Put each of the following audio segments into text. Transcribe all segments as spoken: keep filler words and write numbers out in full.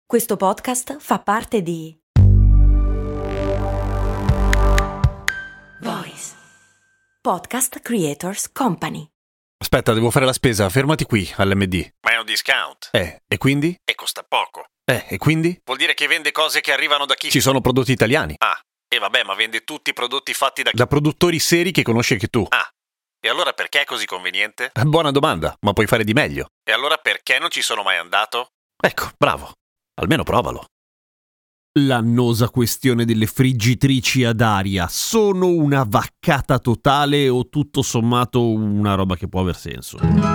Questo podcast fa parte di Voice Podcast Creators Company. Aspetta, devo fare la spesa, fermati qui all'M D. Ma è un discount. Eh, e quindi? E costa poco. Eh, e quindi? Vuol dire che vende cose che arrivano da chi? Ci sono prodotti italiani. Ah, e vabbè, ma vende tutti i prodotti fatti da chi? Da produttori seri che conosci anche tu. Ah, e allora perché è così conveniente? Buona domanda, ma puoi fare di meglio. E allora perché non ci sono mai andato? Ecco, bravo. Almeno provalo. L'annosa questione delle friggitrici ad aria sono una vaccata totale o tutto sommato una roba che può aver senso?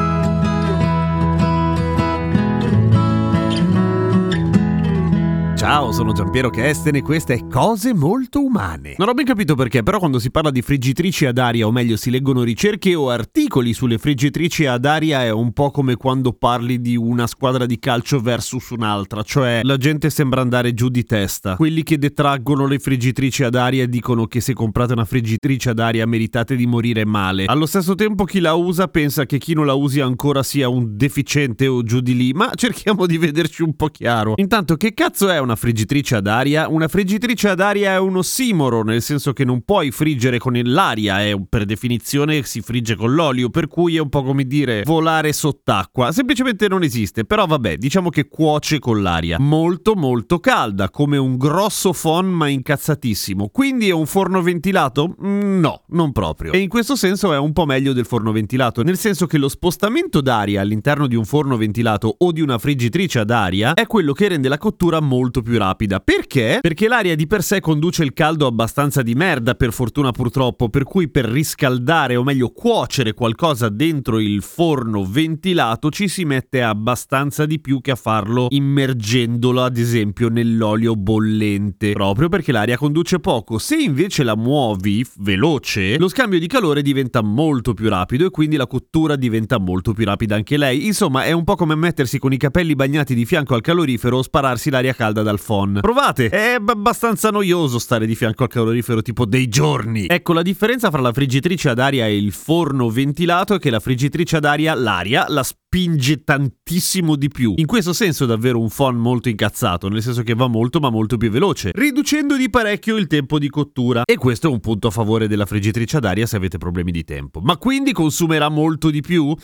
Ciao, sono Giampiero Kesten e questa è Cose Molto Umane. Non ho ben capito perché, però quando si parla di friggitrici ad aria, o meglio si leggono ricerche o articoli sulle friggitrici ad aria, è un po' come quando parli di una squadra di calcio versus un'altra, cioè la gente sembra andare giù di testa. Quelli che detraggono le friggitrici ad aria dicono che se comprate una friggitrice ad aria meritate di morire male. Allo stesso tempo chi la usa pensa che chi non la usi ancora sia un deficiente o giù di lì, ma cerchiamo di vederci un po' chiaro. Intanto, che cazzo è una friggitrice ad aria? Una friggitrice ad aria è un ossimoro, nel senso che non puoi friggere con l'aria, è per definizione si frigge con l'olio, per cui è un po' come dire volare sott'acqua. Semplicemente non esiste, però vabbè, diciamo che cuoce con l'aria. Molto molto calda, come un grosso phon ma incazzatissimo. Quindi è un forno ventilato? No, non proprio. E in questo senso è un po' meglio del forno ventilato, nel senso che lo spostamento d'aria all'interno di un forno ventilato o di una friggitrice ad aria è quello che rende la cottura molto più rapida. Perché? Perché l'aria di per sé conduce il caldo abbastanza di merda, per fortuna purtroppo, per cui per riscaldare o meglio cuocere qualcosa dentro il forno ventilato ci si mette abbastanza di più che a farlo immergendolo ad esempio nell'olio bollente, proprio perché l'aria conduce poco. Se invece la muovi veloce, lo scambio di calore diventa molto più rapido e quindi la cottura diventa molto più rapida anche lei. Insomma, è un po' come mettersi con i capelli bagnati di fianco al calorifero o spararsi l'aria calda dal phon. Provate! È abbastanza noioso stare di fianco al calorifero tipo dei giorni. Ecco, la differenza fra la friggitrice ad aria e il forno ventilato è che la friggitrice ad aria l'aria la spinge tantissimo di più. In questo senso è davvero un phon molto incazzato, nel senso che va molto ma molto più veloce, riducendo di parecchio il tempo di cottura. E questo è un punto a favore della friggitrice ad aria se avete problemi di tempo. Ma quindi consumerà molto di più?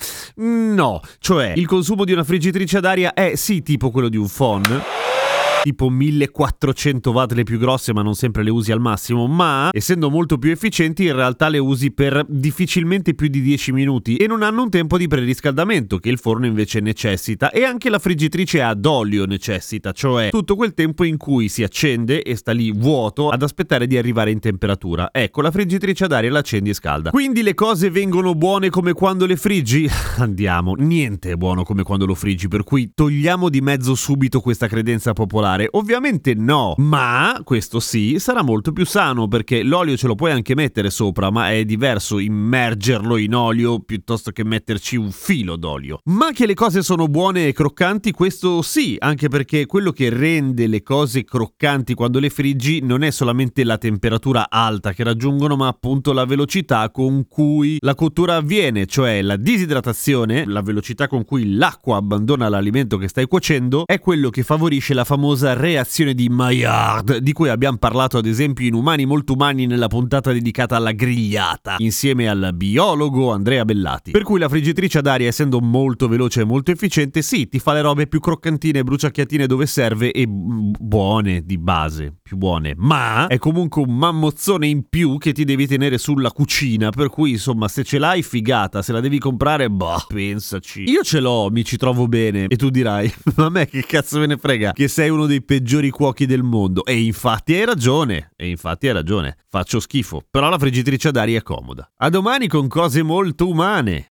No, cioè il consumo di una friggitrice ad aria è sì tipo quello di un phon, tipo millequattrocento watt le più grosse, ma non sempre le usi al massimo, ma essendo molto più efficienti in realtà le usi per difficilmente più di dieci minuti e non hanno un tempo di preriscaldamento che il forno invece necessita, e anche la friggitrice ad olio necessita, cioè tutto quel tempo in cui si accende e sta lì vuoto ad aspettare di arrivare in temperatura. Ecco, la friggitrice ad aria la accendi e scalda. Quindi le cose vengono buone come quando le friggi? Andiamo, niente è buono come quando lo friggi, per cui togliamo di mezzo subito questa credenza popolare. Ovviamente no, ma questo sì, sarà molto più sano perché l'olio ce lo puoi anche mettere sopra, ma è diverso immergerlo in olio piuttosto che metterci un filo d'olio. Ma che le cose sono buone e croccanti, questo sì, anche perché quello che rende le cose croccanti quando le friggi non è solamente la temperatura alta che raggiungono, ma appunto la velocità con cui la cottura avviene, cioè la disidratazione, la velocità con cui l'acqua abbandona l'alimento che stai cuocendo, è quello che favorisce la famosa reazione di Maillard, di cui abbiamo parlato ad esempio in Umani Molto Umani nella puntata dedicata alla grigliata, insieme al biologo Andrea Bellati. Per cui la friggitrice ad aria, essendo molto veloce e molto efficiente, sì, ti fa le robe più croccantine e bruciacchiatine dove serve e buone di base, più buone, ma è comunque un mammozzone in più che ti devi tenere sulla cucina, per cui insomma se ce l'hai figata, se la devi comprare, boh, pensaci. Io ce l'ho, mi ci trovo bene e tu dirai, ma a me che cazzo me ne frega che sei uno dei peggiori cuochi del mondo. E infatti hai ragione, e infatti hai ragione, faccio schifo, però la friggitrice ad aria è comoda. A domani con Cose Molto Umane.